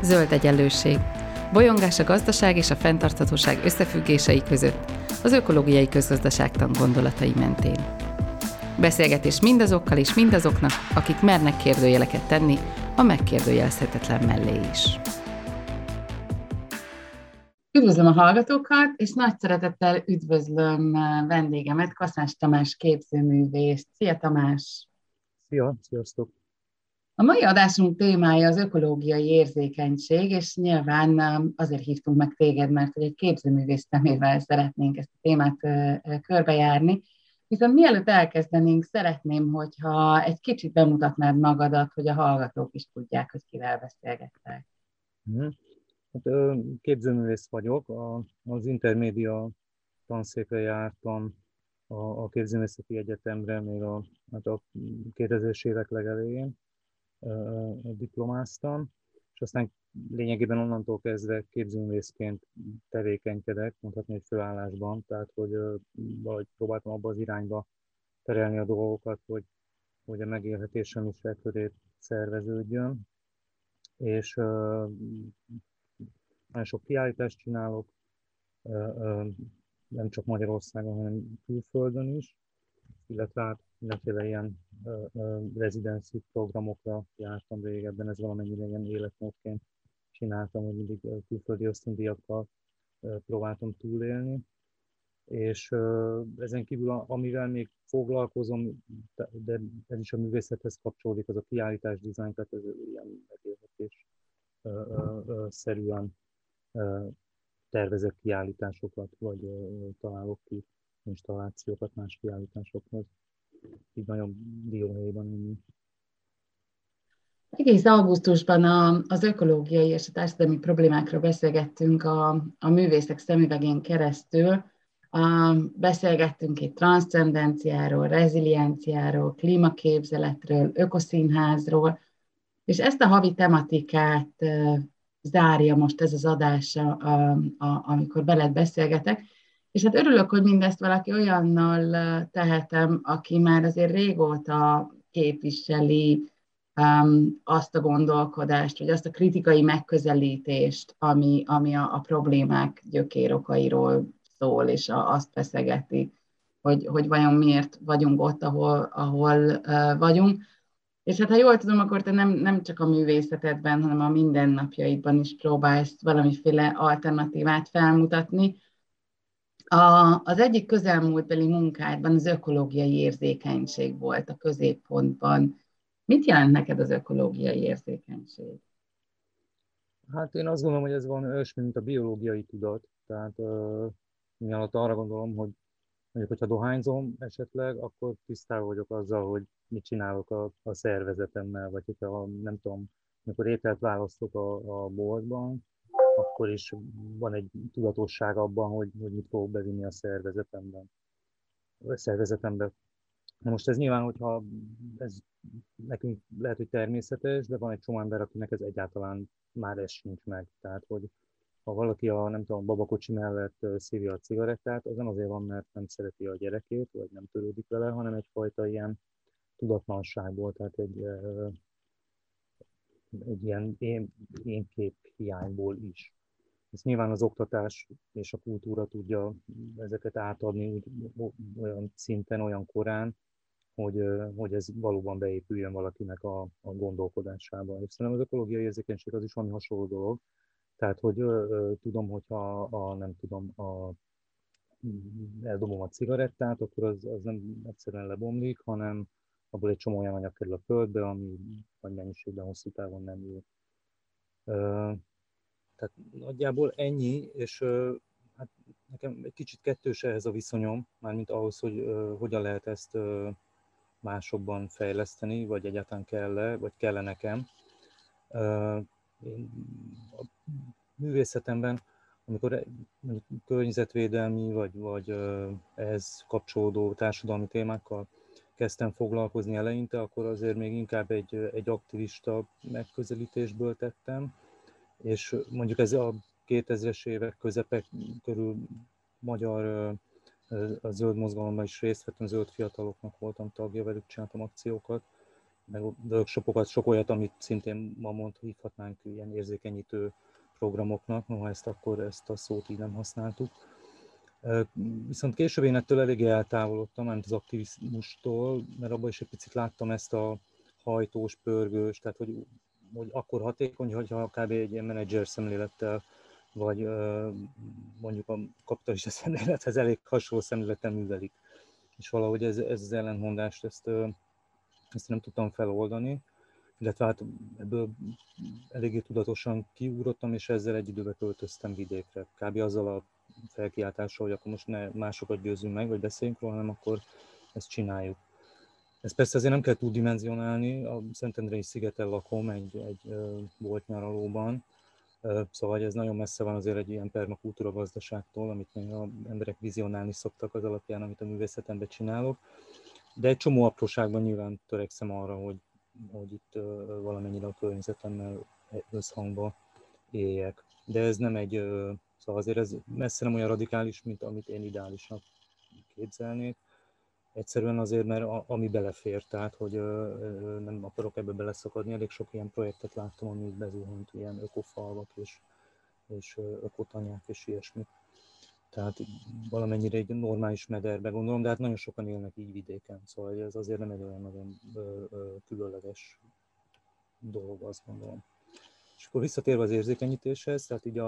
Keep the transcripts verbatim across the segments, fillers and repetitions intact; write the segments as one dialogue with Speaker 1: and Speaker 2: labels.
Speaker 1: Zöld egyenlőség. Bolyongás a gazdaság és a fenntarthatóság összefüggései között, az ökológiai közgazdaságtan gondolatai mentén. Beszélgetés mindazokkal és mindazoknak, akik mernek kérdőjeleket tenni a megkérdőjelezhetetlen mellé is.
Speaker 2: Üdvözlöm a hallgatókat, és nagy szeretettel üdvözlöm vendégemet, Kaszás Tamás képzőművészt. Szia Tamás!
Speaker 3: Szia, sziasztok!
Speaker 2: A mai adásunk témája az ökológiai érzékenység, és nyilván azért hívtunk meg téged, mert hogy egy képzőművész szemével szeretnénk ezt a témát körbejárni. Viszont mielőtt elkezdenénk, szeretném, hogyha egy kicsit bemutatnád magadat, hogy a hallgatók is tudják, hogy kivel beszélgettek.
Speaker 3: Hmm. Hát, képzőművész vagyok, az Intermédia tanszékre jártam a, a Képzőművészeti Egyetemre még a, hát a kétezres évek legelején diplomáztam, és aztán lényegében onnantól kezdve képzőművészként tevékenykedek, mondhatni egy főállásban, tehát hogy valahogy próbáltam abba az irányba terelni a dolgokat, hogy, hogy a megélhetésem is felkörét szerveződjön, és nagyon sok kiállítást csinálok, nem csak Magyarországon, hanem külföldön is, illetve hát mindenféle ilyen rezidency programokra jártam régebben, ez valamennyire ilyen életmódként csináltam, hogy mindig külföldi ösztöndíjakkal próbáltam túlélni. És ezen kívül, amivel még foglalkozom, de ez is a művészethez kapcsolódik, az a kiállítás dizájn, tehát ez ilyen megélhetés szerűen tervezett kiállításokat, vagy találok ki installációkat más kiállításokhoz. Így nagyon dióhéjban ennyi.
Speaker 2: Egész augusztusban a, az ökológiai és a társadalmi problémákról beszélgettünk a, a művészek szemüvegén keresztül. A, beszélgettünk itt transzcendenciáról, rezilienciáról, klímaképzeletről, ökoszínházról, és ezt a havi tematikát uh, zárja most ez az adás, a, a, amikor veled beszélgetek. És hát örülök, hogy mindezt valaki olyannal tehetem, aki már azért régóta képviseli um, azt a gondolkodást, vagy azt a kritikai megközelítést, ami, ami a, a problémák gyökérokairól szól, és a, azt feszegeti, hogy, hogy vajon miért vagyunk ott, ahol, ahol uh, vagyunk. És hát ha jól tudom, akkor te nem, nem csak a művészetedben, hanem a mindennapjaidban is próbálsz valamiféle alternatívát felmutatni. A, az egyik közelmúltbeli munkádban az ökológiai érzékenység volt a középpontban. Mit jelent neked az ökológiai érzékenység?
Speaker 3: Hát én azt gondolom, hogy ez van olyasmi, mint a biológiai tudat. Tehát uh, mi alatt arra gondolom, hogy mondjuk, hogyha dohányzom esetleg, akkor tisztában vagyok azzal, hogy mit csinálok a, a szervezetemmel, vagy hogyha nem tudom, amikor ételt választok a, a boltban, akkor is van egy tudatosság abban, hogy, hogy mit fogok bevinni a szervezetemben. A szervezetemben. Na most ez nyilván, hogyha ez nekünk lehet, hogy természetes, de van egy csomó ember, akinek ez egyáltalán már ez sincs meg. Tehát, hogy ha valaki a, nem tudom, babakocsi mellett szívja a cigarettát, az nem azért van, mert nem szereti a gyerekét, vagy nem törődik vele, hanem egyfajta ilyen tudatlanságból, tehát egy, egy ilyen én, én kép hiányból is. Ezt nyilván az oktatás és a kultúra tudja ezeket átadni úgy, olyan szinten, olyan korán, hogy, hogy ez valóban beépüljön valakinek a, a gondolkodásába. És szerintem az ökológiai érzékenység az is valami hasonló dolog. Tehát, hogy ö, tudom, hogyha a, nem tudom, a, eldobom a cigarettát, akkor az, az nem egyszerűen lebomlik, hanem abból egy csomó olyan anyag kerül a földbe, ami nagy mennyiségben hosszú távon nem jó. Ö, tehát nagyjából ennyi, és ö, hát nekem egy kicsit kettős ehhez a viszonyom, mármint ahhoz, hogy ö, hogyan lehet ezt ö, másokban fejleszteni, vagy egyáltalán kell-e, vagy kell-e nekem. Ö, én a művészetemben, amikor környezetvédelmi vagy, vagy ehhez kapcsolódó társadalmi témákkal kezdtem foglalkozni eleinte, akkor azért még inkább egy, egy aktivista megközelítésből tettem, és mondjuk ez a kétezres évek közepek körül magyar a zöld mozgalomban is részt vettem, zöld fiataloknak voltam tagja, velük csináltam akciókat, meg workshopokat, sok olyat, amit szintén ma mond, hívhatnánk ilyen érzékenyítő programoknak, noha ezt akkor ezt a szót így nem használtuk. Viszont később én ettől eléggé eltávolodtam, mint az aktivizmustól, mert abban is egy picit láttam ezt a hajtós, pörgős, tehát hogy, hogy akkor hatékony, hogyha kb. Egy ilyen menedzser szemlélettel, vagy mondjuk a kapitalista szemlélethez elég hasonló szemlélettel művelik. És valahogy ez, ez az ellentmondást, ezt, ezt nem tudtam feloldani, illetve hát ebből eléggé tudatosan kiugrottam, és ezzel egy időbe költöztem vidékre. Kb. Azzal a felkiáltással, hogy akkor most ne másokat győzzünk meg, vagy beszéljünk róla, hanem akkor ezt csináljuk. Ez persze azért nem kell túldimenzionálni, a Szentendrei szigeten lakom egy, egy volt nyaralóban, szóval ez nagyon messze van azért egy ilyen permakultúra gazdaságtól, amit még az emberek vizionálni szoktak az alapján, amit a művészetemben csinálok. De egy csomó apróságban nyilván törekszem arra, hogy, hogy itt valamennyire a környezetemmel összhangba éljek. De ez nem egy, szóval azért ez messze nem olyan radikális, mint amit én ideálisnak képzelnék. Egyszerűen azért, mert a, ami belefér, tehát hogy ö, ö, nem akarok ebbe beleszakadni. Elég sok ilyen projektet láttam, ami bezuhant, ilyen ökofalvak és, és ökotanyák és ilyesmi. Tehát valamennyire egy normális mederbe gondolom, de hát nagyon sokan élnek így vidéken, szóval ez azért nem egy olyan nagyon ö, ö, különleges dolog, azt gondolom. És akkor visszatérve az érzékenyítéshez, tehát így a,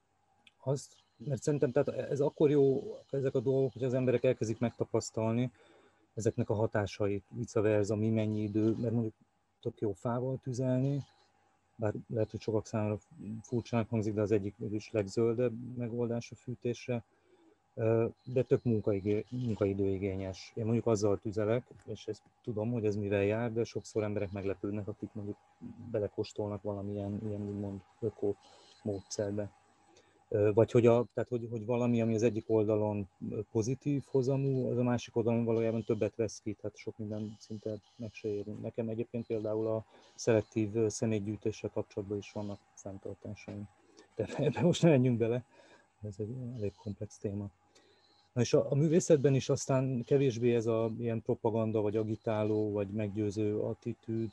Speaker 3: azt, mert szerintem tehát ez akkor jó, ezek a dolgok, hogy az emberek elkezdik megtapasztalni ezeknek a hatásait, vice versa, mi mennyi idő, mert mondjuk tök jó fával tüzelni, bár lehet, hogy sokak számára furcsának hangzik, de az egyik is legzöldebb megoldás a fűtésre, de tök munkaidőigényes. Én mondjuk azzal tüzelek, és ezt tudom, hogy ez mivel jár, de sokszor emberek meglepődnek, akik mondjuk belekóstolnak valamilyen ilyen úgymond öko módszerbe. Vagy hogy, a, tehát hogy, hogy valami, ami az egyik oldalon pozitív hozamú, az a másik oldalon valójában többet vesz ki, tehát sok minden szinte meg se érünk. Nekem egyébként például a szelektív személygyűjtéssel kapcsolatban is vannak fenntartásaim. De ebbe most ne menjünk bele, ez egy elég komplex téma. Na és a, a művészetben is aztán kevésbé ez a ilyen propaganda, vagy agitáló, vagy meggyőző attitűd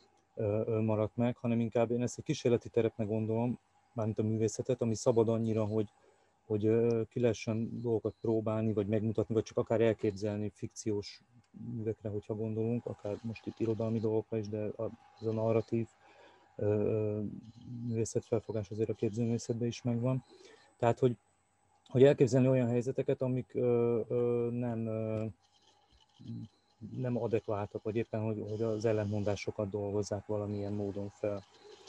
Speaker 3: maradt meg, hanem inkább én ezt egy kísérleti terepnek gondolom, mármint a művészetet, ami szabad annyira, hogy, hogy ki lehessen dolgokat próbálni, vagy megmutatni, vagy csak akár elképzelni fikciós művekre, hogyha gondolunk, akár most itt irodalmi dolgokra is, de az a narratív művészetfelfogás azért a képzőművészetben is megvan. Tehát, hogy, hogy elképzelni olyan helyzeteket, amik ö, ö, nem, ö, nem adekváltak, vagy éppen, hogy, hogy az ellentmondásokat dolgozzák valamilyen módon fel.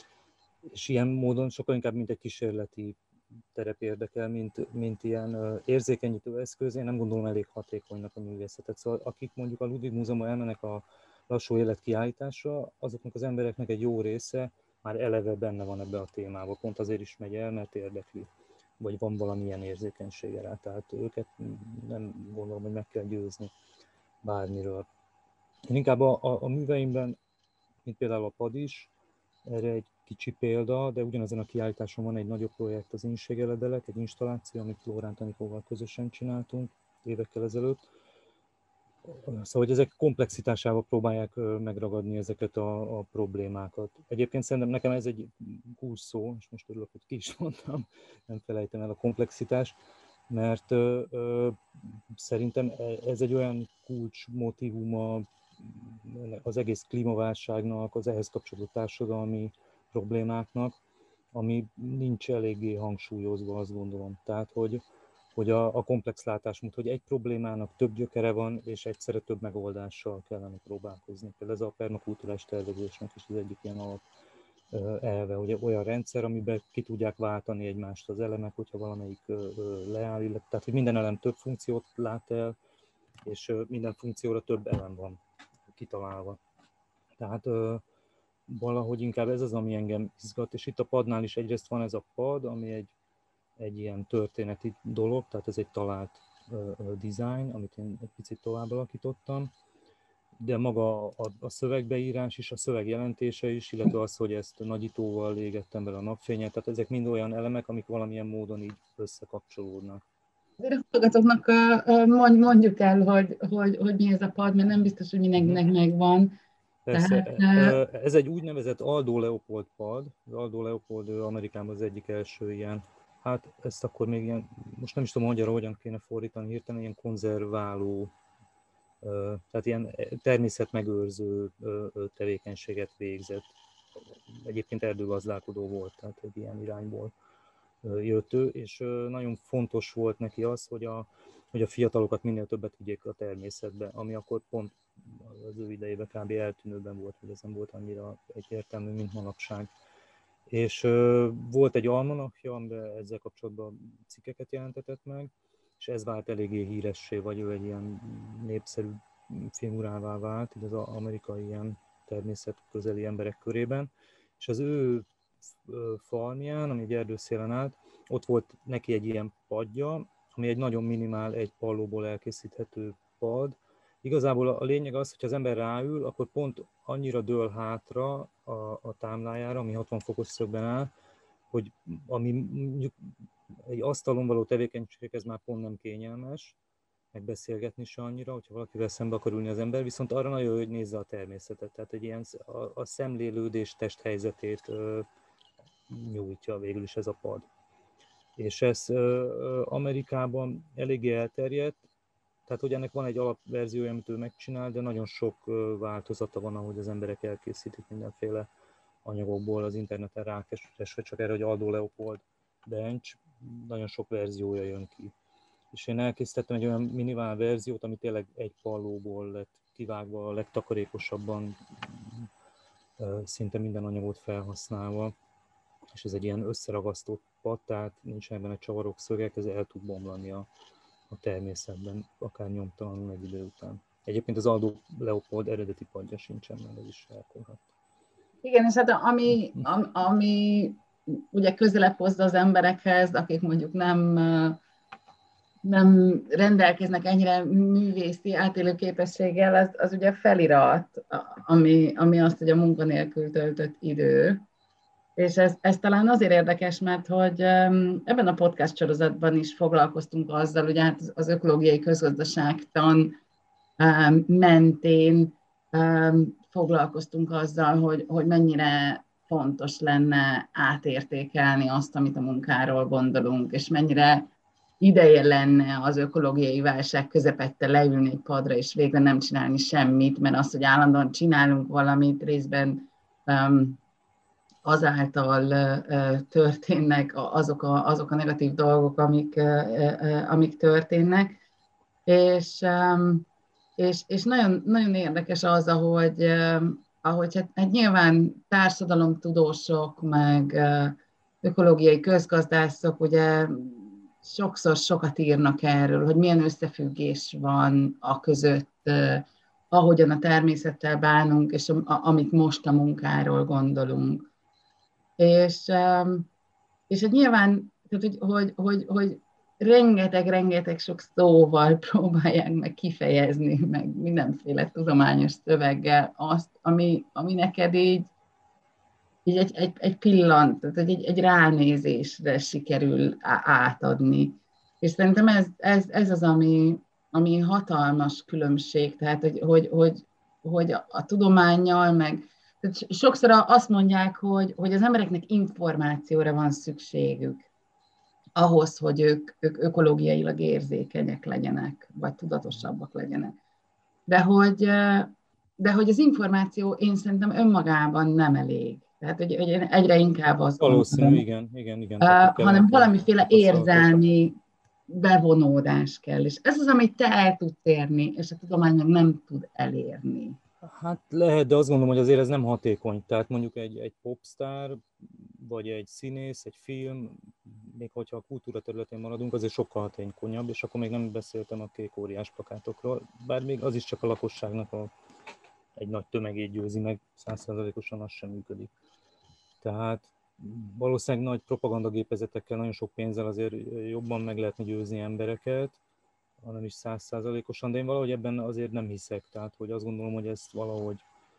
Speaker 3: És ilyen módon sokkal inkább, mint egy kísérleti terep érdekel, mint, mint ilyen érzékenyítő eszköz. Én nem gondolom elég hatékonynak a művészetet. Szóval akik mondjuk a Ludwig Múzeumban elmennek a lassú élet kiállításra, azoknak az embereknek egy jó része már eleve benne van ebbe a témába. Pont azért is megy el, mert érdekli, vagy van valamilyen érzékenysége rá. Tehát őket nem gondolom, hogy meg kell győzni bármiről. Én inkább a, a, a műveimben, mint például a pad is, erre egy kicsi példa, de ugyanezen a kiállításon van egy nagyobb projekt, az Inségeledelek, egy installáció, amit Lóránt Anikóval közösen csináltunk évekkel ezelőtt. Szóval, hogy ezek komplexitásával próbálják megragadni ezeket a, a problémákat. Egyébként szerintem nekem ez egy kulcs szó, és most örülök, hogy ki is mondtam, nem felejtem el a komplexitást, mert ö, ö, szerintem ez egy olyan kulcs motívuma az egész klímaválságnak, az ehhez kapcsolódó társadalmi problémáknak, ami nincs eléggé hangsúlyozva, azt gondolom. Tehát, hogy, hogy a, a komplex látásmód, hogy egy problémának több gyökere van, és egyszerre több megoldással kellene próbálkozni. Például ez a permakulturális tervezésnek is az egyik ilyen alap elve, hogy olyan rendszer, amiben ki tudják váltani egymást az elemek, hogyha valamelyik leáll, illetve, tehát hogy minden elem több funkciót lát el, és minden funkcióra több elem van kitalálva. Tehát ö, valahogy inkább ez az, ami engem izgat, és itt a padnál is egyrészt van ez a pad, ami egy, egy ilyen történeti dolog, tehát ez egy talált ö, ö, design, amit én egy picit tovább alakítottam, de maga a, a szövegbeírás is, a szöveg jelentése is, illetve az, hogy ezt nagyítóval égettem bele a napfényet, tehát ezek mind olyan elemek, amik valamilyen módon így összekapcsolódnak.
Speaker 2: Azért a hallgatóknak mondjuk el, hogy, hogy, hogy mi ez a pad, mert nem biztos, hogy mindenkinek megvan.
Speaker 3: Persze,
Speaker 2: Tehát,
Speaker 3: ez egy úgynevezett Aldo Leopold pad. Az Aldo Leopold ő Amerikában az egyik első ilyen, hát ezt akkor még ilyen, most nem is tudom magyarra hogyan kéne fordítani hirtelen, ilyen konzerváló, tehát ilyen természetmegőrző tevékenységet végzett. Egyébként erdőgazdálkodó volt, tehát egy ilyen irányból jött ő, és nagyon fontos volt neki az, hogy a, hogy a fiatalokat minél többet vigyék a természetbe, ami akkor pont az ő idejében kb. Eltűnőben volt, hogy ez nem volt annyira egyértelmű, mint manapság. És volt egy almanakja, amiben ezzel kapcsolatban cikkeket jelentetett meg, és ez vált eléggé híressé, vagy ő egy ilyen népszerű filmurává vált, így az amerikai ilyen természetközeli emberek körében, és az ő farmján, ami egy erdőszélen állt, ott volt neki egy ilyen padja, ami egy nagyon minimál, egy pallóból elkészíthető pad. Igazából a lényeg az, hogy az ember ráül, akkor pont annyira dől hátra a, a támlájára, ami hatvan fokos szögben áll, hogy ami egy asztalon való tevékenységhez már pont nem kényelmes, megbeszélgetni se annyira, hogyha valakivel szembe akar ülni az ember, viszont arra nagyon jó, hogy nézze a természetet, tehát egy ilyen a, a szemlélődés testhelyzetét ö, nyújtja végül is ez a pad. És ez ö, Amerikában eléggé elterjedt, tehát hogy ennek van egy alapverziója, amit ő megcsinál, de nagyon sok ö, változata van, ahogy az emberek elkészítik mindenféle anyagokból, az interneten rákeresve csak erre, hogy Aldo Leopold Bench, nagyon sok verziója jön ki. És én elkészítettem egy olyan minimál verziót, ami tényleg egy pallóból lett kivágva, a legtakarékosabban, szinte minden anyagot felhasználva. És ez egy ilyen összeragasztott pad, tehát nincsenek benne csavarok, szögek, ez el tud bomlani a, a természetben, akár nyomtalanul egy idő után. Egyébként az Aldo Leopold eredeti padja sincsen, mert ez is elkorhadt.
Speaker 2: igen, és hát ami, ami ugye közelebb hozza az emberekhez, akik mondjuk nem, nem rendelkeznek ennyire művészi átélő képességgel, az, az ugye felirat, ami, ami azt, hogy a munkanélkül töltött idő. És ez, ez talán azért érdekes, mert hogy ebben a podcast sorozatban is foglalkoztunk azzal, ugye hát az ökológiai közgazdaságtan mentén foglalkoztunk azzal, hogy, hogy mennyire fontos lenne átértékelni azt, amit a munkáról gondolunk, és mennyire ideje lenne az ökológiai válság közepette leülni egy padra, és végre nem csinálni semmit, mert az, hogy állandóan csinálunk valamit, részben um, azáltal uh, történnek azok a, azok a negatív dolgok, amik, uh, uh, amik történnek. És, um, és, és nagyon, nagyon érdekes az, ahogy, um, ahogy hát, hát nyilván társadalomtudósok, meg uh, ökológiai közgazdászok, ugye sokszor sokat írnak erről, hogy milyen összefüggés van a között, uh, ahogyan a természettel bánunk, és a, a, amit most a munkáról gondolunk. És, um, és hát nyilván, tehát, hogy, hogy, hogy, hogy rengeteg-rengeteg sok szóval próbálják meg kifejezni, meg mindenféle tudományos szöveggel azt, ami, ami neked így, így egy, egy, egy pillant, tehát egy, egy ránézésre sikerül átadni. És szerintem ez, ez, ez az, ami, ami hatalmas különbség, tehát hogy, hogy, hogy, hogy a, a tudománnyal, meg tehát sokszor azt mondják, hogy, hogy az embereknek információra van szükségük ahhoz, hogy ők, ők ökológiailag érzékenyek legyenek, vagy tudatosabbak legyenek. De hogy, de hogy az információ én szerintem önmagában nem elég. Tehát, hogy, hogy egyre inkább az
Speaker 3: valószínű, gondolom, igen, igen, igen.
Speaker 2: Uh, hanem valamiféle érzelmi bevonódás kell. És ez az, amit te el tudsz érni, és a tudomány meg nem tud elérni.
Speaker 3: Hát lehet, de azt gondolom, hogy azért ez nem hatékony. Tehát mondjuk egy, egy popstar, vagy egy színész, egy film, még hogyha a kultúra területén maradunk, azért sokkal hatékonyabb, és akkor még nem beszéltem a kék óriás plakátokról, bár még az is csak a lakosságnak a, egy nagy tömegét győzi meg, száz százalékosan az sem működik. Tehát valószínűleg nagy propagandagépezetekkel, nagyon sok pénzzel azért jobban meg lehetne győzni embereket, hanem is száz százalékosan, de én valahogy ebben azért nem hiszek, tehát hogy azt gondolom, hogy ezt valahogy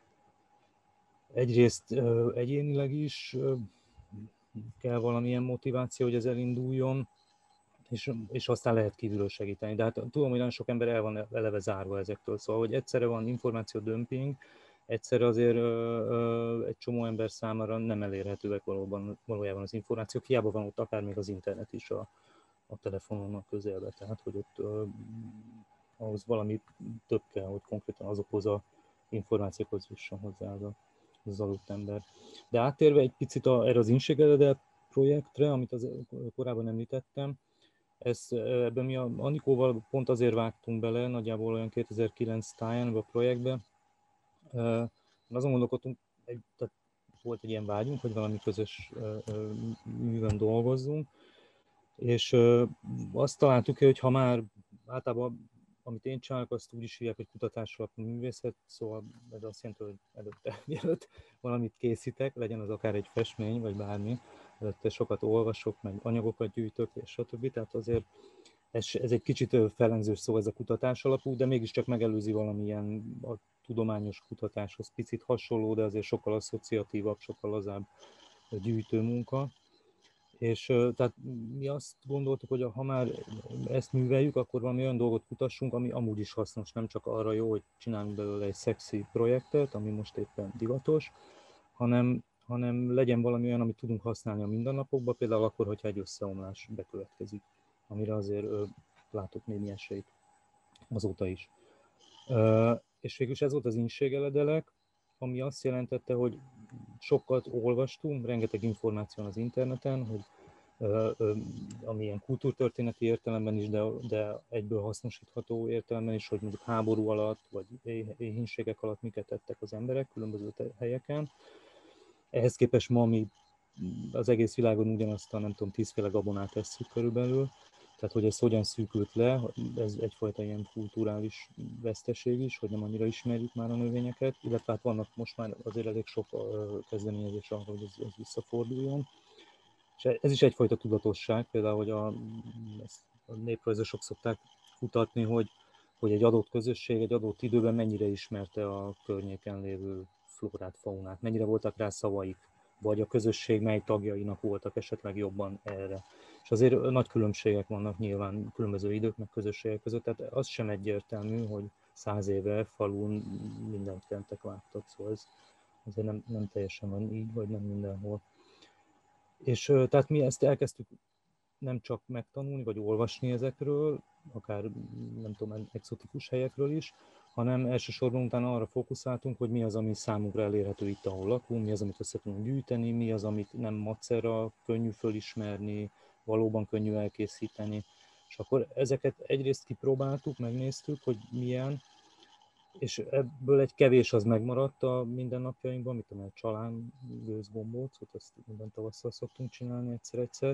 Speaker 3: egyrészt egyénileg is kell valamilyen motiváció, hogy ez elinduljon, és, és aztán lehet kívülről segíteni. De hát tudom, hogy nagyon sok ember el van eleve zárva ezektől, szóval hogy egyszerre van információ dömping, egyszerre azért egy csomó ember számára nem elérhetőek valóban, valójában az információk, hiába van ott akár még az internet is a, a telefonon a közelbe, tehát hogy ott ahhoz valami több kell, hogy konkrétan azokhoz az információkhoz jusson hozzá az, a, az adott ember. De áttérve egy picit a, erre az Inségeredel projektre, amit az, korábban említettem, ezt, ebben mi a Anikóval pont azért vágtunk bele, nagyjából olyan kétezer-kilenc táján a projektbe. Azon gondolkodtunk, tehát volt egy ilyen vágyunk, hogy valami közös művön dolgozzunk, és azt találtuk ki, hogy ha már általában, amit én csinálok, azt úgy is hívják, hogy kutatás alapú művészet, szóval ez azt jelenti, hogy előtte, mielőtt valamit készítek, legyen az akár egy festmény, vagy bármi, előtte sokat olvasok, meg anyagokat gyűjtök, és stb. Tehát azért ez, ez egy kicsit fellengzős szó, ez a kutatás alapú, de mégiscsak megelőzi valamilyen a tudományos kutatáshoz picit hasonló, de azért sokkal asszociatívabb, sokkal lazább gyűjtő munka. És tehát mi azt gondoltuk, hogy ha már ezt műveljük, akkor valami olyan dolgot kutassunk, ami amúgy is hasznos, nem csak arra jó, hogy csinálunk belőle egy szexi projektet, ami most éppen divatos, hanem, hanem legyen valami olyan, amit tudunk használni a mindennapokban, például akkor, hogyha egy összeomlás bekövetkezik, amire azért ö, látok némi esélyt azóta is. Ö, és végülis ez volt az Inségeledelek, ami azt jelentette, hogy sokat olvastunk, rengeteg információ az interneten, hogy ö, ö, ami ilyen kultúrtörténeti értelemben is, de, de egyből hasznosítható értelemben is, hogy mondjuk háború alatt, vagy éhínségek alatt miket tettek az emberek különböző helyeken. Ehhez képest ma mi az egész világon ugyanazt a, nem tudom, tízféle gabonát tesszük körülbelül, tehát hogy ez hogyan szűkült le, ez egyfajta ilyen kulturális veszteség is, hogy nem annyira ismerjük már a növényeket, illetve hát vannak most már azért elég sok kezdeményezés arra, hogy ez, ez visszaforduljon. És ez is egyfajta tudatosság, például, hogy a, a néprajzosok szokták kutatni, hogy, hogy egy adott közösség egy adott időben mennyire ismerte a környéken lévő flórát, faunát, mennyire voltak rá szavaik, vagy a közösség mely tagjainak voltak esetleg jobban erre. És azért nagy különbségek vannak nyilván különböző idők meg közösségek között, tehát az sem egyértelmű, hogy száz éve falun mindent kentek vágtak, szóval ez azért nem, nem teljesen van így, vagy nem mindenhol. És tehát mi ezt elkezdtük nem csak megtanulni, vagy olvasni ezekről, akár nem tudom, exotikus helyekről is, hanem elsősorban utána arra fókuszáltunk, hogy mi az, ami számunkra elérhető itt, ahol lakunk, mi az, amit össze tudunk gyűjteni, mi az, amit nem macera, könnyű fölismerni, valóban könnyű elkészíteni. És akkor ezeket egyrészt kipróbáltuk, megnéztük, hogy milyen, és ebből egy kevés az megmaradt a mindennapjainkban, mit tudom, a csalán, gőzgombócot, azt minden tavasszal szoktunk csinálni egyszer-egyszer,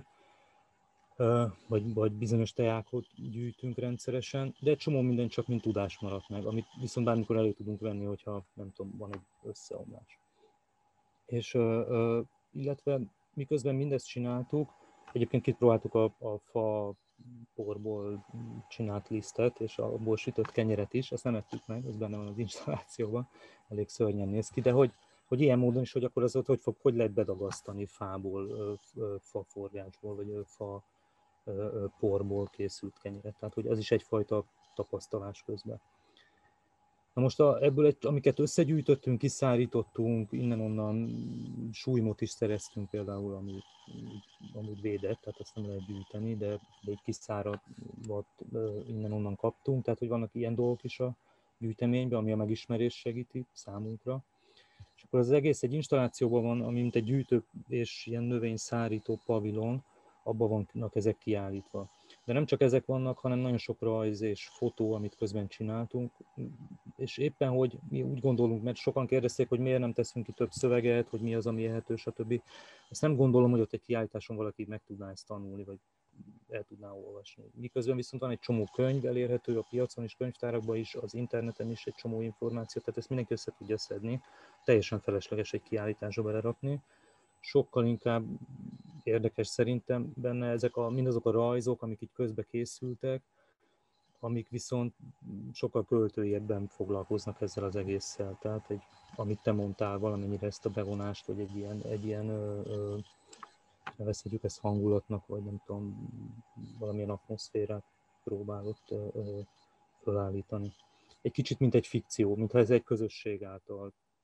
Speaker 3: vagy, vagy bizonyos tejákat gyűjtünk rendszeresen, de egy csomó minden csak mint tudás maradt meg, amit viszont bármikor elő tudunk venni, hogyha nem tudom, van egy összeomlás. És illetve miközben mindezt csináltuk, egyébként kipróbáltuk a, a fa porból csinált lisztet, és abból sütött kenyeret is, ezt nem ettük meg, ez benne van az installációban, elég szörnyen néz ki, de hogy, hogy ilyen módon is, hogy akkor az ott hogy, fog, hogy lehet bedagasztani fából, faforgácsból, vagy fa porból készült kenyeret, tehát hogy ez is egyfajta tapasztalás közben. Na most a, ebből, egy, amiket összegyűjtöttünk, kiszárítottunk, innen-onnan súlymot is szereztünk például, ami amúgy védett, tehát azt nem lehet gyűjteni, de, de egy kiszáradt innen-onnan kaptunk, tehát hogy vannak ilyen dolgok is a gyűjteményben, ami a megismerést segíti számunkra. És akkor az egész egy installációban van, ami mint egy gyűjtő és ilyen növényszárító pavilon, abban vannak ezek kiállítva. De nem csak ezek vannak, hanem nagyon sok rajz és fotó, amit közben csináltunk, és éppen, hogy mi úgy gondolunk, mert sokan kérdezték, hogy miért nem teszünk ki több szöveget, hogy mi az, ami ehető, stb. Ezt nem gondolom, hogy ott egy kiállításon valaki meg tudná ezt tanulni, vagy el tudná olvasni. Miközben viszont van egy csomó könyv elérhető a piacon is, könyvtárakban is, az interneten is egy csomó információ, tehát ezt mindenki össze tudja szedni, teljesen felesleges egy kiállításba belerakni. Sokkal inkább érdekes szerintem benne ezek a, mindazok a rajzok, amik így közbe készültek, amik viszont sokkal költőiebben foglalkoznak ezzel az egésszel. Tehát, egy, amit te mondtál, valamennyire ezt a bevonást, vagy egy ilyen, egy ilyen ö, ö, nevezhetjük ezt hangulatnak, vagy nem tudom, valamilyen atmoszférát próbálott ö, ö, fölállítani. Egy kicsit, mint egy fikció, mintha ez egy közösség által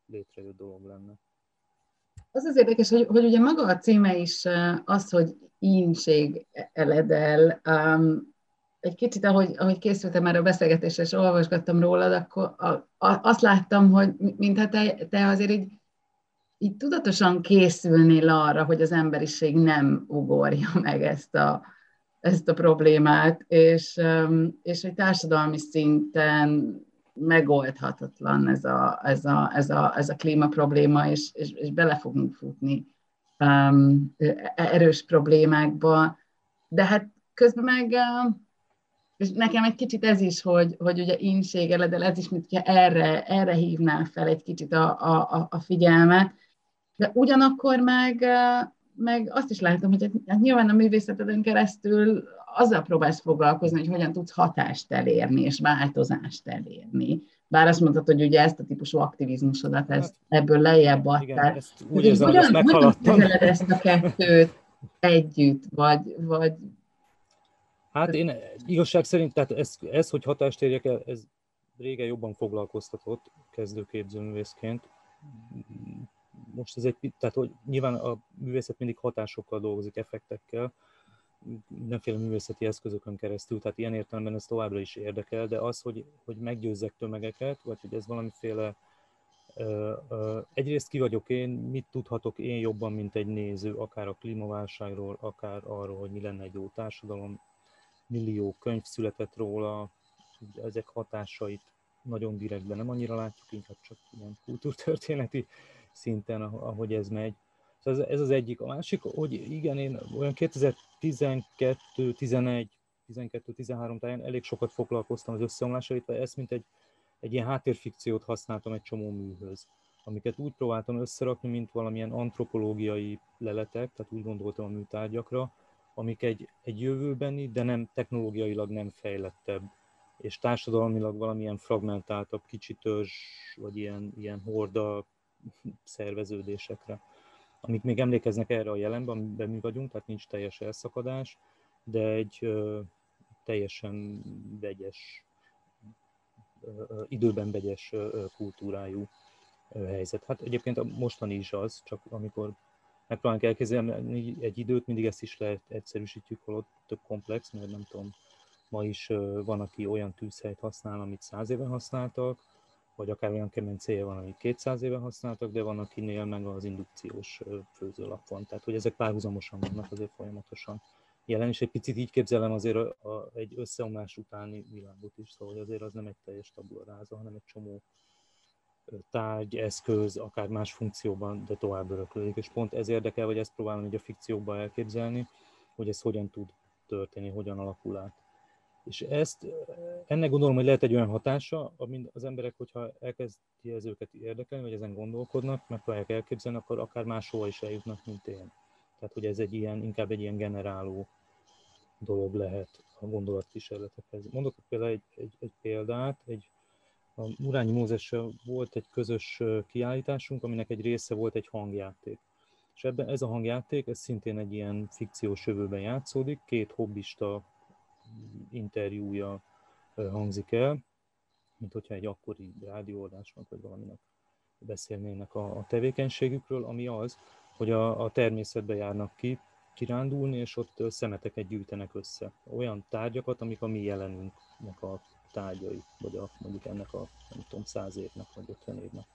Speaker 3: létrejött dolog lenne.
Speaker 2: Az az érdekes, hogy, hogy ugye maga a címe is az, hogy ínség eledel. Um, egy kicsit, ahogy, ahogy készültem erre a beszélgetésre, és olvasgattam rólad, akkor a, a, azt láttam, hogy mintha te, te azért így, így tudatosan készülnél arra, hogy az emberiség nem ugorja meg ezt a, ezt a problémát, és, és hogy társadalmi szinten megoldhatatlan ez a, ez a, ez a, ez a klímaprobléma, és, és, és bele fogunk futni um, erős problémákba. De hát közben meg, és nekem egy kicsit ez is, hogy, hogy ugye ínség eledel, ez is, mintha erre, erre hívná fel egy kicsit a, a, a figyelmet, de ugyanakkor meg, meg azt is látom, hogy hát nyilván a művészeteden keresztül azzal próbálsz foglalkozni, hogy hogyan tudsz hatást elérni, és változást elérni. Bár azt mondtad, hogy ugye ezt a típusú aktivizmusodat ezt, ebből lejjebb adtál.
Speaker 3: Igen, ezt úgy érzem, hogy ezt meghaladtam.
Speaker 2: Hogyan kezeled ezt a kettőt együtt, vagy... vagy...
Speaker 3: Hát én igazság szerint, tehát ez, ez hogy hatást érjek el, ez régen jobban foglalkoztatott kezdőképzőművészként. Most ez egy, tehát hogy nyilván a művészet mindig hatásokkal dolgozik, effektekkel, mindenféle művészeti eszközökön keresztül, tehát ilyen értelemben ez továbbra is érdekel, de az, hogy, hogy meggyőzzek tömegeket, vagy hogy ez valamiféle, ö, ö, egyrészt ki vagyok én, mit tudhatok én jobban, mint egy néző, akár a klímaválságról, akár arról, hogy mi lenne egy jó társadalom, millió könyv született róla, ezek hatásait nagyon direktben nem annyira látjuk, inkább csak ilyen kultúrtörténeti szinten, ahogy ez megy. Szóval ez az egyik. A másik, hogy igen, én olyan kétezer-tizenkettő, tizenegy, tizenkettő, tizenhárom táján elég sokat foglalkoztam az összeomlással, illetve ezt mint egy, egy ilyen háttérfikciót használtam egy csomó műhöz, amiket úgy próbáltam összerakni, mint valamilyen antropológiai leletek, tehát úgy gondoltam a műtárgyakra, amik egy, egy jövőbeni, de nem technológiailag nem fejlettebb, és társadalmilag valamilyen fragmentáltabb, kicsi törzs, vagy ilyen, ilyen horda szerveződésekre, amik még emlékeznek erre a jelenben, amiben mi vagyunk, tehát nincs teljes elszakadás, de egy ö, teljesen vegyes, ö, időben vegyes ö, kultúrájú ö, helyzet. Hát egyébként a mostani is az, csak amikor megpróbálunk elképzelni egy időt, mindig ezt is lehet egyszerűsítjük, holott több komplex, mert nem tudom, ma is ö, van, aki olyan tűzhelyt használ, amit száz éve használtak, vagy akár olyan kemencéje van, amit kétszáz éve használtak, de van, akinél meg az indukciós főzőlap van. Tehát, hogy ezek párhuzamosan vannak azért folyamatosan jelen, és egy picit így képzelem azért a, a, egy összeomlás utáni világot is, szóval azért az nem egy teljes tabula rasa, hanem egy csomó tárgy, eszköz, akár más funkcióban, de tovább öröklődik. És pont ez érdekel, vagy ezt próbálom így a fikcióban elképzelni, hogy ez hogyan tud történni, hogyan alakul át. És ezt, ennek gondolom, hogy lehet egy olyan hatása, amin az emberek, hogyha elkezdi ez őket érdekelni, vagy ezen gondolkodnak, megpróbálják elképzelni, akkor akár máshova is eljutnak, mint én. Tehát, hogy ez egy ilyen, inkább egy ilyen generáló dolog lehet a gondolatkísérletekhez. Mondok például egy, egy, egy példát, egy, a Murányi Mózessel volt egy közös kiállításunk, aminek egy része volt egy hangjáték. És ebben ez a hangjáték, ez szintén egy ilyen fikciós jövőben játszódik, két hobbista interjúja hangzik el, mint hogyha egy akkori rádióadásnak vagy valaminek beszélnének a, a tevékenységükről, ami az, hogy a, a természetbe járnak ki, kirándulni, és ott szemeteket gyűjtenek össze. Olyan tárgyakat, amik a mi jelenünknek a tárgyai, vagy a, mondjuk ennek a, nem tudom, száz évnek, vagy ötven évnek.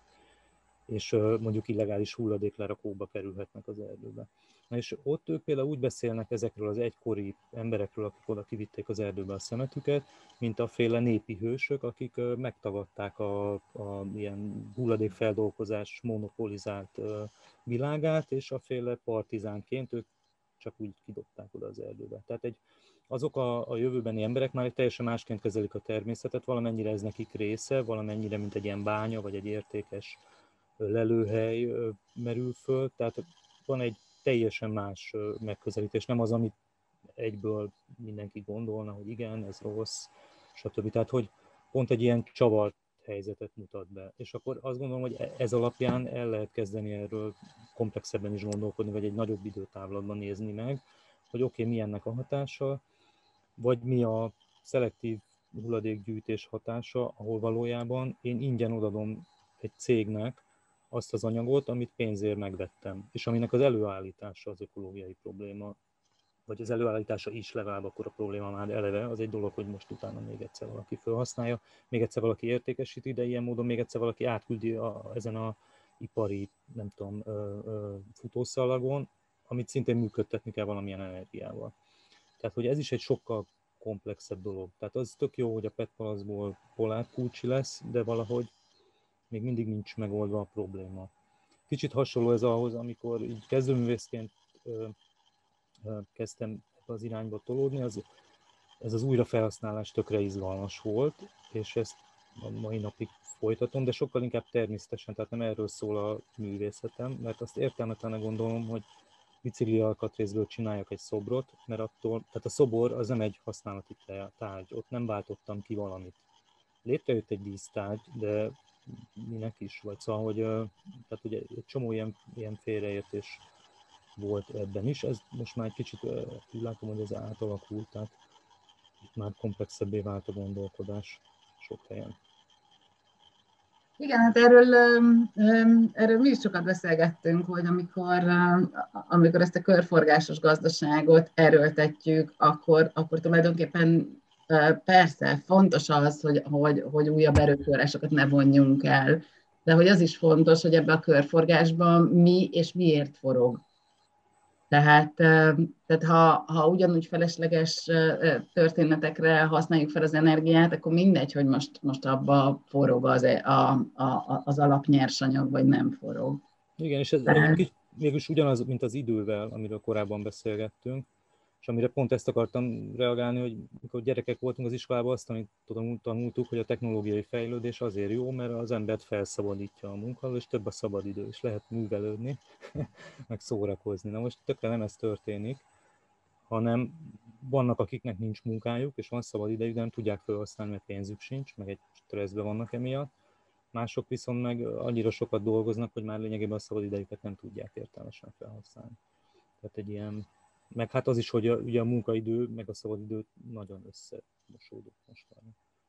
Speaker 3: És mondjuk illegális hulladéklerakóba kerülhetnek az erdőbe. Na és ott ők például úgy beszélnek ezekről az egykori emberekről, akik oda kivitték az erdőbe a szemetüket, mint a féle népi hősök, akik megtagadták a, a ilyen hulladékfeldolgozás monopolizált világát, és a féle partizánként ők csak úgy kidobták oda az erdőbe. Tehát egy, azok a, a jövőbeni emberek már teljesen másként kezelik a természetet, valamennyire ez nekik része, valamennyire, mint egy ilyen bánya, vagy egy értékes lelőhely merül föl, tehát van egy teljesen más megközelítés, nem az, amit egyből mindenki gondolna, hogy igen, ez rossz, stb. Tehát, hogy pont egy ilyen csavart helyzetet mutat be. És akkor azt gondolom, hogy ez alapján el lehet kezdeni erről komplexebben is gondolkodni, vagy egy nagyobb időtávlatban nézni meg, hogy oké, okay, mi ennek a hatása, vagy mi a szelektív hulladékgyűjtés hatása, ahol valójában én ingyen odadom egy cégnek azt az anyagot, amit pénzért megvettem, és aminek az előállítása az ökológiai probléma, vagy az előállítása is legalább akkor a probléma már eleve, az egy dolog, hogy most utána még egyszer valaki felhasználja, még egyszer valaki értékesíti, de ilyen módon még egyszer valaki átküldi a, ezen a ipari, nem tudom, ö, ö, futószalagon, amit szintén működtetni kell valamilyen energiával. Tehát, hogy ez is egy sokkal komplexebb dolog. Tehát az tök jó, hogy a pé e té palaszból polárkulcsi lesz, de valahogy még mindig nincs megoldva a probléma. Kicsit hasonló ez ahhoz, amikor így kezdőművészként ö, ö, kezdtem ebbe az irányba tolódni, az, ez az újrafelhasználás tökre izgalmas volt, és ezt a mai napig folytatom, de sokkal inkább természetesen, tehát nem erről szól a művészetem, mert azt értelmetlenül gondolom, hogy bicikli alkatrészből csináljak egy szobrot, mert attól, tehát a szobor az nem egy használati tárgy, ott nem váltottam ki valamit. Létrejött egy dísztárgy, de minek is, vagy szóval, hogy, tehát ugye egy csomó ilyen, ilyen félreértés volt ebben is, ez most már egy kicsit úgy látom, hogy ez átalakult, tehát itt már komplexebbé vált a gondolkodás sok helyen.
Speaker 2: Igen, hát erről, erről mi is sokat beszélgettünk, hogy amikor, amikor ezt a körforgásos gazdaságot erőltetjük, akkor, akkor tulajdonképpen persze fontos az, hogy, hogy, hogy újabb erőforrásokat ne vonjunk el, de hogy az is fontos, hogy ebben a körforgásban mi és miért forog. Tehát, tehát ha, ha ugyanúgy felesleges történetekre használjuk fel az energiát, akkor mindegy, hogy most, most abba forog az, a, a, az alapnyersanyag, vagy nem forog.
Speaker 3: Igen, és ez Tehát... mégis ugyanaz, mint az idővel, amiről korábban beszélgettünk, és amire pont ezt akartam reagálni, hogy mikor gyerekek voltunk az iskolában, azt tanultuk, hogy a technológiai fejlődés azért jó, mert az embert felszabadítja a munkáról, és több a szabadidő, és lehet művelődni, meg szórakozni. Na most tökre nem ez történik, hanem vannak, akiknek nincs munkájuk, és van szabadidejük, de nem tudják felhasználni, mert pénzük sincs, meg egy stresszben vannak emiatt. Mások viszont meg annyira sokat dolgoznak, hogy már lényegében a szabadidejüket nem tudják értelmesen felhasználni. Tehát egy ilyen meg hát az is, hogy a, ugye a munkaidő, meg a szabadidő nagyon összemosódott most már.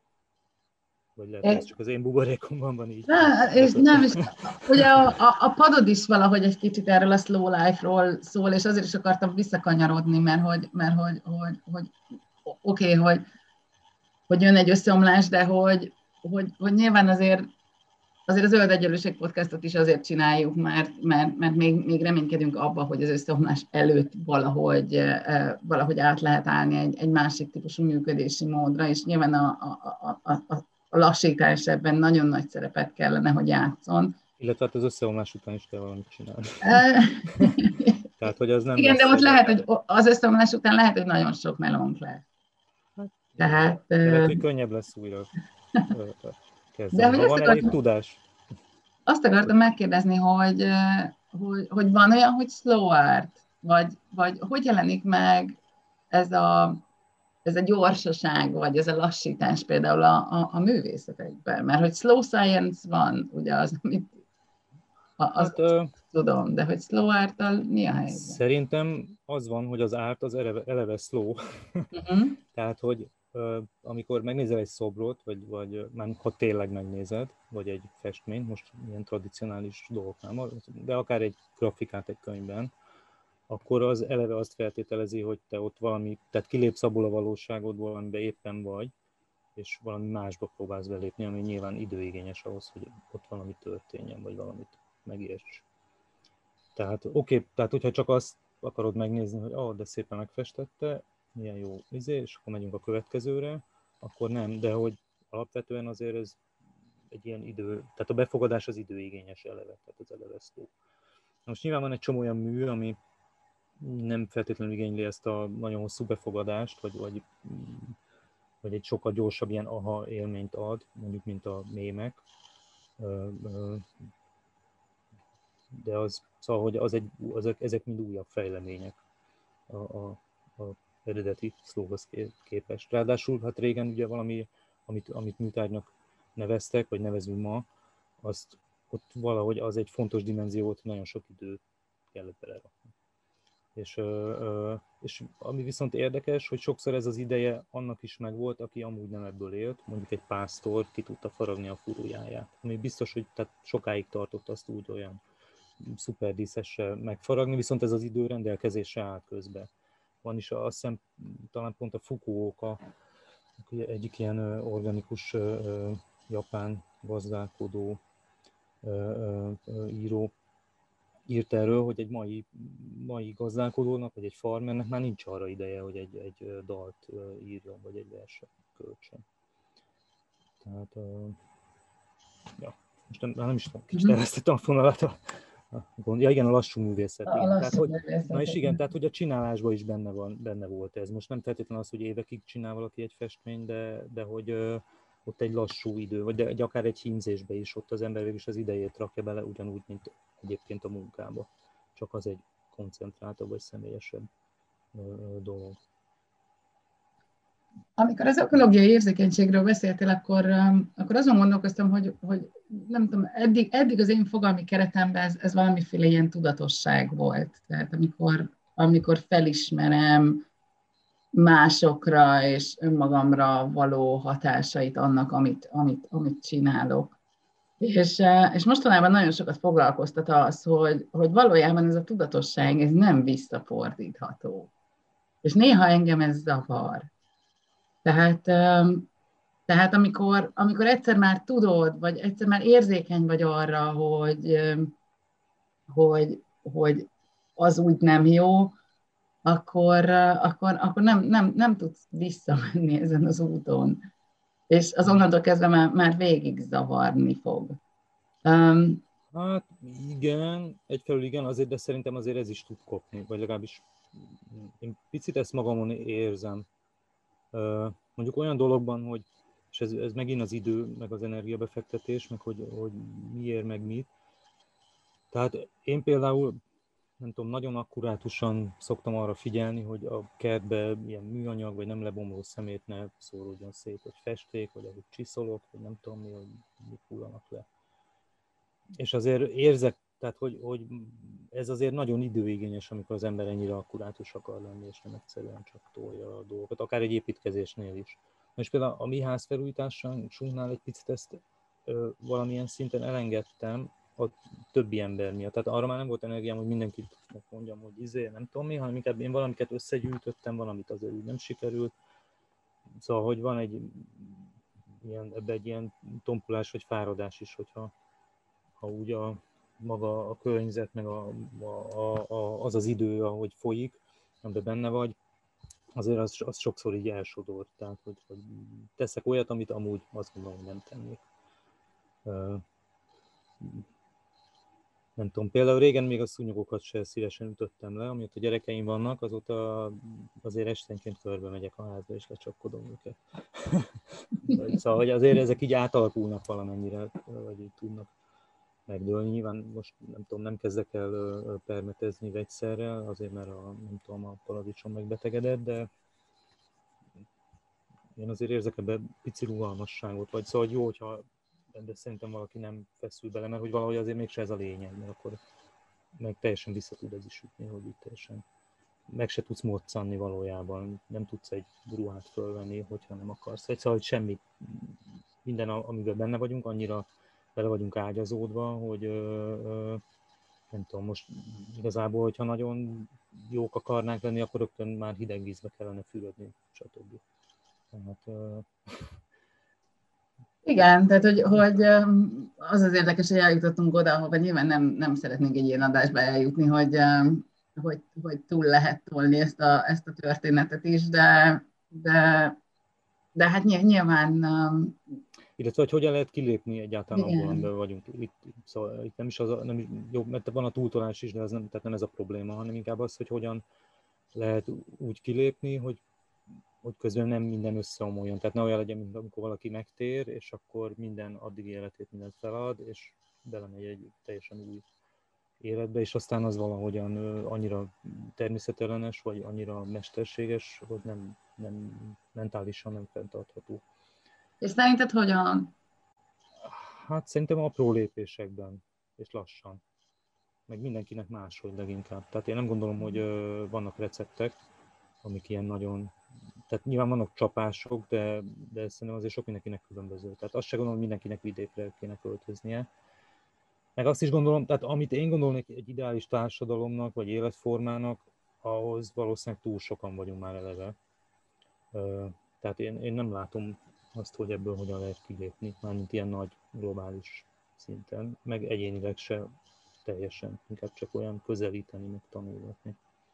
Speaker 3: Vagy lehet, hogy ez csak az én buborékomban van így.
Speaker 2: Ne, és nem, és ugye a, a, a padod is valahogy egy kicsit erről a slow life-ról szól, és azért is akartam visszakanyarodni, mert hogy, mert hogy, hogy, hogy oké, okay, hogy, hogy jön egy összeomlás, de hogy, hogy, hogy nyilván azért Azért a Zöld Egyenlőség podcastot is azért csináljuk, mert, mert, mert még, még reménykedünk abba, hogy az összeomlás előtt valahogy, valahogy át lehet állni egy, egy másik típusú működési módra, és nyilván a, a, a, a, a lassítás ebben nagyon nagy szerepet kellene, hogy játszon.
Speaker 3: Illetve hát az összeomlás után is kell valamit csinálni. Tehát, hogy az nem
Speaker 2: igen, de ott lehet, hogy az összeomlás után lehet, hogy nagyon sok melónk lesz.
Speaker 3: Tehát... Lehet, hogy könnyebb lesz újra.
Speaker 2: De hogy
Speaker 3: ha van
Speaker 2: akartam,
Speaker 3: elég tudás.
Speaker 2: Azt akartam megkérdezni, hogy, hogy, hogy van olyan, hogy slow art, vagy, vagy hogy jelenik meg ez a, ez a gyorsaság, vagy ez a lassítás például a, a, a művészetekben? Mert hogy slow science van, ugye az, amit az, hát, uh, tudom, de hogy slow art-tal mi a helyzet?
Speaker 3: Szerintem az van, hogy az art az eleve, eleve slow. Uh-huh. Tehát, hogy amikor megnézel egy szobrot, vagy, vagy már ha tényleg megnézed, vagy egy festményt, most ilyen tradicionális dolgoknál, de akár egy grafikát egy könyvben, akkor az eleve azt feltételezi, hogy te ott valami, tehát kilépsz abból a valóságodból, amiben éppen vagy, és valami másba próbálsz belépni, ami nyilván időigényes ahhoz, hogy ott valami történjen, vagy valamit megérts. Tehát oké, okay, tehát hogyha csak azt akarod megnézni, hogy ah, de szépen megfestette, milyen jó izé, és akkor megyünk a következőre, akkor nem, de hogy alapvetően azért ez egy ilyen idő, tehát a befogadás az időigényes eleve, tehát az eleve szó. Most nyilván van egy csomó olyan mű, ami nem feltétlenül igényli ezt a nagyon hosszú befogadást, vagy, vagy, vagy egy sokkal gyorsabb ilyen aha élményt ad, mondjuk mint a mémek. De az, szóval, hogy az egy, az, ezek mind újabb fejlemények a, a, a eredeti szlóhoz képest. Ráadásul hát régen ugye valami, amit, amit műtárgynak neveztek, vagy nevezünk ma, azt ott valahogy az egy fontos dimenzió volt, hogy nagyon sok időt kellett belerakni. És, és ami viszont érdekes, hogy sokszor ez az ideje annak is megvolt, aki amúgy nem ebből élt, mondjuk egy pásztor ki tudta faragni a furujáját. Ami biztos, hogy tehát sokáig tartott azt úgy olyan szuperdíszessel megfaragni, viszont ez az idő rendelkezésre állt közben. Van is azt hiszem talán pont a Fukuoka, egyik ilyen organikus japán gazdálkodó író, írt erről, hogy egy mai, mai gazdálkodónak, vagy egy farmernek már nincs arra ideje, hogy egy, egy dalt írjon, vagy egy verset költsön. Tehát, ja, most nem, nem is tudom, kicsit elvesztettem a fonalat. A, a, ja igen, a lassú művészet.
Speaker 2: A
Speaker 3: igen.
Speaker 2: lassú
Speaker 3: Tehát, hogy,
Speaker 2: művészet.
Speaker 3: na és igen, tehát hogy a csinálásban is benne, van, benne volt ez. Most nem feltétlenül az, hogy évekig csinál valaki egy festményt, de, de hogy ö, ott egy lassú idő, vagy de egy, akár egy hímzésbe is, ott az ember végül is az idejét rakja bele, ugyanúgy, mint egyébként a munkába. Csak az egy koncentráltabb vagy személyesebb ö, ö, dolog.
Speaker 2: Amikor az ökológiai érzékenységről beszéltél, akkor, akkor azon gondolkoztam, hogy, hogy nem tudom, eddig, eddig az én fogalmi keretemben ez, ez valamiféle ilyen tudatosság volt. Tehát amikor, amikor felismerem másokra és önmagamra való hatásait annak, amit, amit, amit csinálok. És, és mostanában nagyon sokat foglalkoztat az, hogy, hogy valójában ez a tudatosság ez nem visszafordítható. És néha engem ez zavar. Tehát, tehát amikor, amikor egyszer már tudod, vagy egyszer már érzékeny vagy arra, hogy, hogy, hogy az úgy nem jó, akkor, akkor, akkor nem, nem, nem tudsz visszamenni ezen az úton. És az onnantól kezdve már, már végig zavarni fog. Um,
Speaker 3: Hát igen, egyfelől igen, azért, de szerintem azért ez is tud kopni, vagy legalábbis én picit ezt magamon érzem. Mondjuk olyan dologban, hogy, és ez, ez megint az idő, meg az energiabefektetés, meg hogy, hogy miért, meg mit. Tehát én például, nem tudom, nagyon akkurátusan szoktam arra figyelni, hogy a kertbe ilyen műanyag, vagy nem lebomló szemét ne szóródjon szét, hogy festék, vagy ahogy csiszolok, vagy nem tudom mi, hogy mit hullanak le. És azért érzek, tehát hogy, hogy ez azért nagyon időigényes, amikor az ember ennyire akkurátus akar lenni, és nem egyszerűen csak tolja a dolgokat, akár egy építkezésnél is. És például a mi házfelújításunknál egy picit ezt ö, valamilyen szinten elengedtem a többi ember miatt. Tehát arra már nem volt energiám, hogy mindenkit mondjam, hogy izé, nem tudom mi, hanem inkább én valamiket összegyűjtöttem, valamit azért úgy nem sikerült. Szóval, hogy van egy ilyen, ebbe egy ilyen tompulás vagy fáradás is, hogyha ha úgy a maga a környezet, meg a, a, a, az az idő, ahogy folyik, amiben benne vagy, azért az, az sokszor így elsodort. Tehát, hogy, hogy teszek olyat, amit amúgy azt gondolom, hogy nem tennék. Nem tudom, például régen még a szúnyogokat se szívesen ütöttem le, amióta a gyerekeim vannak, azóta azért esténként körbe megyek a házba, és lecsapkodom őket. Szóval, hogy azért ezek így átalakulnak valamennyire, vagy így tudnak megdőlni. Nyilván most nem tudom, nem kezdek el permetezni vegyszerrel, azért mert a, nem tudom, a paradicsom megbetegedett, de én azért érzek ebben pici rugalmasságot, vagy szóval jó, hogyha de szerintem valaki nem feszül bele, mert hogy valahogy azért mégse ez a lényeg, mert akkor meg teljesen vissza tud ez is ütni, hogy itt teljesen meg se tudsz moccanni valójában, nem tudsz egy ruhát fölvenni, hogyha nem akarsz. Szóval, hogy semmi, minden, amiben benne vagyunk, annyira bele vagyunk ágyazódva, hogy ö, ö, nem tudom, most igazából, hogyha nagyon jók akarnánk lenni, akkor rögtön már hideg vízbe kellene fürödni, stb. Tehát, ö...
Speaker 2: Igen, tehát hogy, hogy az az érdekes, hogy eljutottunk oda, ahova nyilván nem, nem szeretnénk egy ilyen adásba eljutni, hogy, hogy, hogy túl lehet tolni ezt a, ezt a történetet is, de, de, de hát nyilván...
Speaker 3: Illetve, hogy hogyan lehet kilépni egyáltalán abból, amiben vagyunk. Itt, szóval itt nem is az, a, nem is, jó, mert van a túltolás is, de ez nem, tehát nem ez a probléma, hanem inkább az, hogy hogyan lehet úgy kilépni, hogy, hogy közben nem minden összeomoljon. Tehát ne olyan legyen, mint amikor valaki megtér, és akkor minden addigi életét mindent felad, és belemegy egy teljesen új életbe, és aztán az valahogyan annyira természetellenes, vagy annyira mesterséges, hogy nem, nem mentálisan nem fenntartható.
Speaker 2: És szerinted hogyan?
Speaker 3: Hát szerintem apró lépésekben, és lassan. meg mindenkinek máshogy leginkább. Tehát én nem gondolom, hogy vannak receptek, amik ilyen nagyon... Tehát nyilván vannak csapások, de, de szerintem azért sok mindenkinek különböző. Tehát azt sem gondolom, hogy mindenkinek vidékre kéne költöznie. Meg azt is gondolom, tehát amit én gondolnék egy ideális társadalomnak, vagy életformának, ahhoz valószínűleg túl sokan vagyunk már eleve. Tehát én, én nem látom azt, hogy ebből hogyan lehet kilépni, mármint ilyen nagy globális szinten, meg egyénileg se teljesen, inkább csak olyan közelíteni, meg tanulgatni.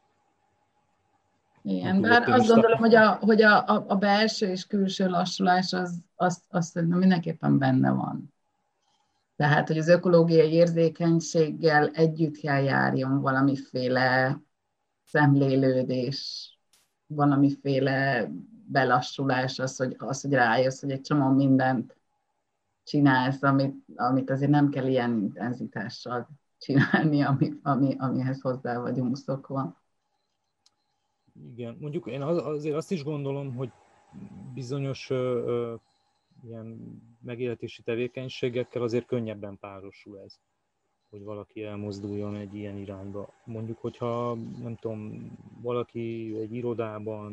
Speaker 2: Igen, bár azt gondolom, hogy, a, hogy a, a, a belső és külső lassulás az, az, az szerintem mindenképpen benne van. Tehát, hogy az ökológiai érzékenységgel együtt kell járjon valamiféle szemlélődés, valamiféle belassulás, az, hogy, az, hogy rájössz, hogy egy csomó mindent csinálsz, amit, amit azért nem kell ilyen intenzitással csinálni, ami, ami, amihez hozzá vagyunk szokva.
Speaker 3: Igen, mondjuk én az, azért azt is gondolom, hogy bizonyos ö, ö, ilyen megélhetési tevékenységekkel azért könnyebben párosul ez, hogy valaki elmozduljon egy ilyen irányba. Mondjuk, hogyha nem tudom, valaki egy irodában,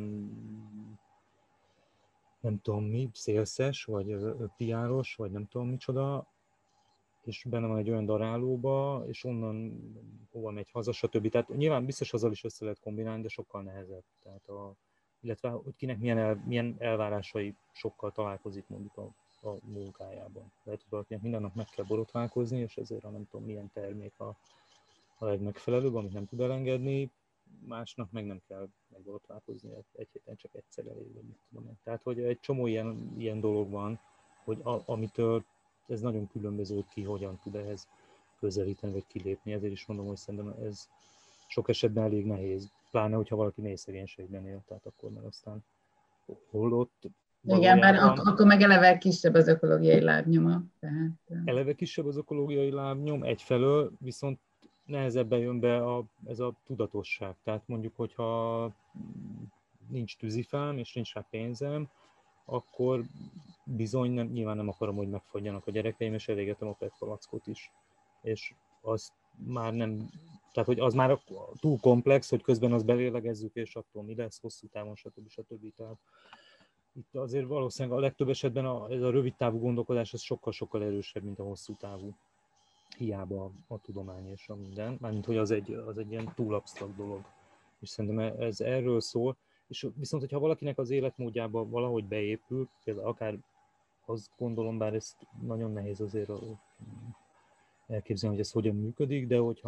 Speaker 3: nem tudom mi, szélszes, vagy pé er-os, vagy nem tudom micsoda, és benne van egy olyan darálóba, és onnan hova megy haza, stb. Tehát nyilván biztos azzal is össze lehet kombinálni, de sokkal nehezebb. Tehát a, illetve hogy kinek milyen, el, milyen elvárásai sokkal találkozik mondjuk a, a munkájában. Lehet, hogy valakinek minden nap meg kell borotválkozni, és ezért a nem tudom milyen termék a, a legmegfelelőbb, amit nem tud elengedni, másnak meg nem kell megborotválkozni, egy héten csak egyszer elég, vagy mit tudom én. Tehát, hogy egy csomó ilyen, ilyen dolog van, hogy a, amitől ez nagyon különböző, ki hogyan tud ehhez közelíteni, vagy kilépni. Ezért is mondom, hogy szerintem ez sok esetben elég nehéz. Pláne, hogyha valaki mély szegénységben él, tehát akkor meg aztán hol ott...
Speaker 2: Igen, mert ak- akkor meg eleve kisebb az ökológiai lábnyoma. Tehát...
Speaker 3: Eleve kisebb az ökológiai lábnyom egyfelől, viszont nehezebben jön be a, ez a tudatosság. Tehát mondjuk, hogyha nincs tűzifám, és nincs rá pénzem, akkor bizony nem, nyilván nem akarom, hogy megfagyjanak a gyerekeim, és elégetem a pé e té palackot is. És az már nem, tehát hogy az már túl komplex, hogy közben azt belélegezzük, és attól mi lesz hosszú távon, stb. stb. Tehát itt azért valószínűleg a legtöbb esetben a, ez a rövid távú gondolkodás ez sokkal-sokkal erősebb, mint a hosszú távú. Hiába a, a tudomány és a minden. Mármint, hogy az egy, az egy ilyen túl absztrakt dolog. És szerintem ez erről szól. És viszont, hogyha valakinek az életmódjába valahogy beépül, például akár azt gondolom, bár ez nagyon nehéz azért elképzelni, hogy ez hogyan működik, de hogyha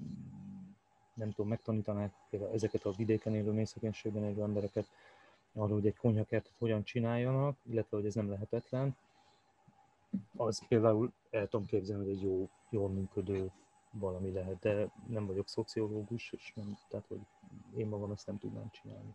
Speaker 3: nem tudom, megtanítanák például ezeket a vidéken élő, mély szegénységben élő embereket arra, hogy egy konyhakertet hogyan csináljanak, illetve hogy ez nem lehetetlen, az például el tudom képzelni, hogy egy jó, jól működő valami lehet, de nem vagyok szociológus, és nem, tehát hogy én magam ezt nem tudnám csinálni.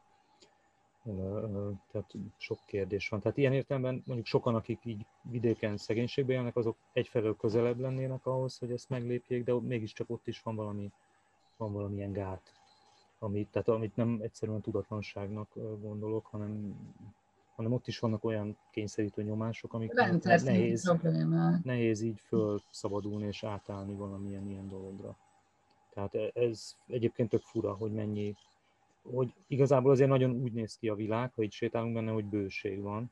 Speaker 3: Tehát sok kérdés van. Tehát ilyen értelemben mondjuk sokan, akik így vidéken szegénységben élnek, azok egyfelől közelebb lennének ahhoz, hogy ezt meglépjék, de mégiscsak ott is van valami, van valamilyen gát, amit, tehát amit nem egyszerűen tudatlanságnak gondolok, hanem, hanem ott is vannak olyan kényszerítő nyomások, amik nehéz, nehéz így fölszabadulni és átállni valamilyen ilyen dologra. Tehát ez egyébként tök fura, hogy mennyi, hogy igazából azért nagyon úgy néz ki a világ, ha itt sétálunk benne, hogy bőség van,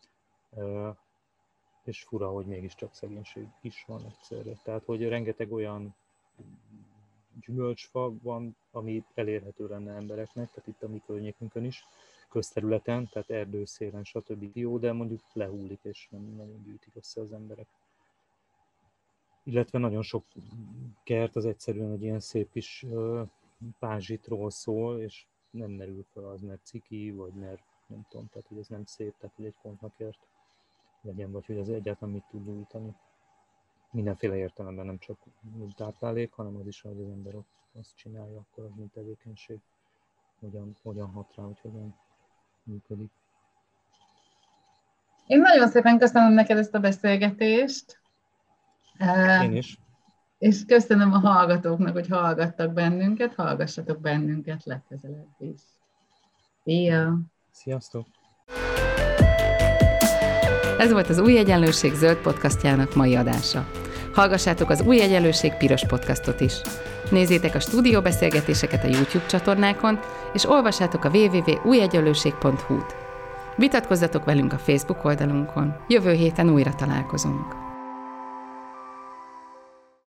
Speaker 3: és fura, hogy mégiscsak szegénység is van egyszerre. Tehát, hogy rengeteg olyan gyümölcsfa van, ami elérhető lenne embereknek, tehát itt a mi környékünkön is, közterületen, tehát erdőszélen, stb. Jó, de mondjuk lehullik, és nem nagyon gyűjtik össze az emberek. Illetve nagyon sok kert az egyszerűen egy ilyen szép kis pázsitról szól, és nem merül fel az, mert ciki, vagy mert nem tudom, tehát hogy ez nem szép, tehát hogy egy konyhakert legyen, vagy hogy az egyáltalán mit tud nyújtani. Mindenféle értelemben, nem csak mint táplálék, hanem az is, hogy az ember azt csinálja, akkor az mint tevékenység, hogyan, hogyan hat rá, hogy hogyan működik.
Speaker 2: Én nagyon szépen köszönöm neked ezt a beszélgetést.
Speaker 3: Én is.
Speaker 2: És köszönöm a hallgatóknak, hogy hallgattak bennünket, hallgassatok bennünket legközelebb is. Szia!
Speaker 3: Sziasztok!
Speaker 1: Ez volt az Új Egyenlőség zöld podcastjának mai adása. Hallgassátok az Új Egyenlőség piros podcastot is. Nézzétek a stúdióbeszélgetéseket a YouTube csatornákon, és olvassátok a double-u double-u double-u pont új egyenlőség pont hu-t. Vitatkozzatok velünk a Facebook oldalunkon. Jövő héten újra találkozunk.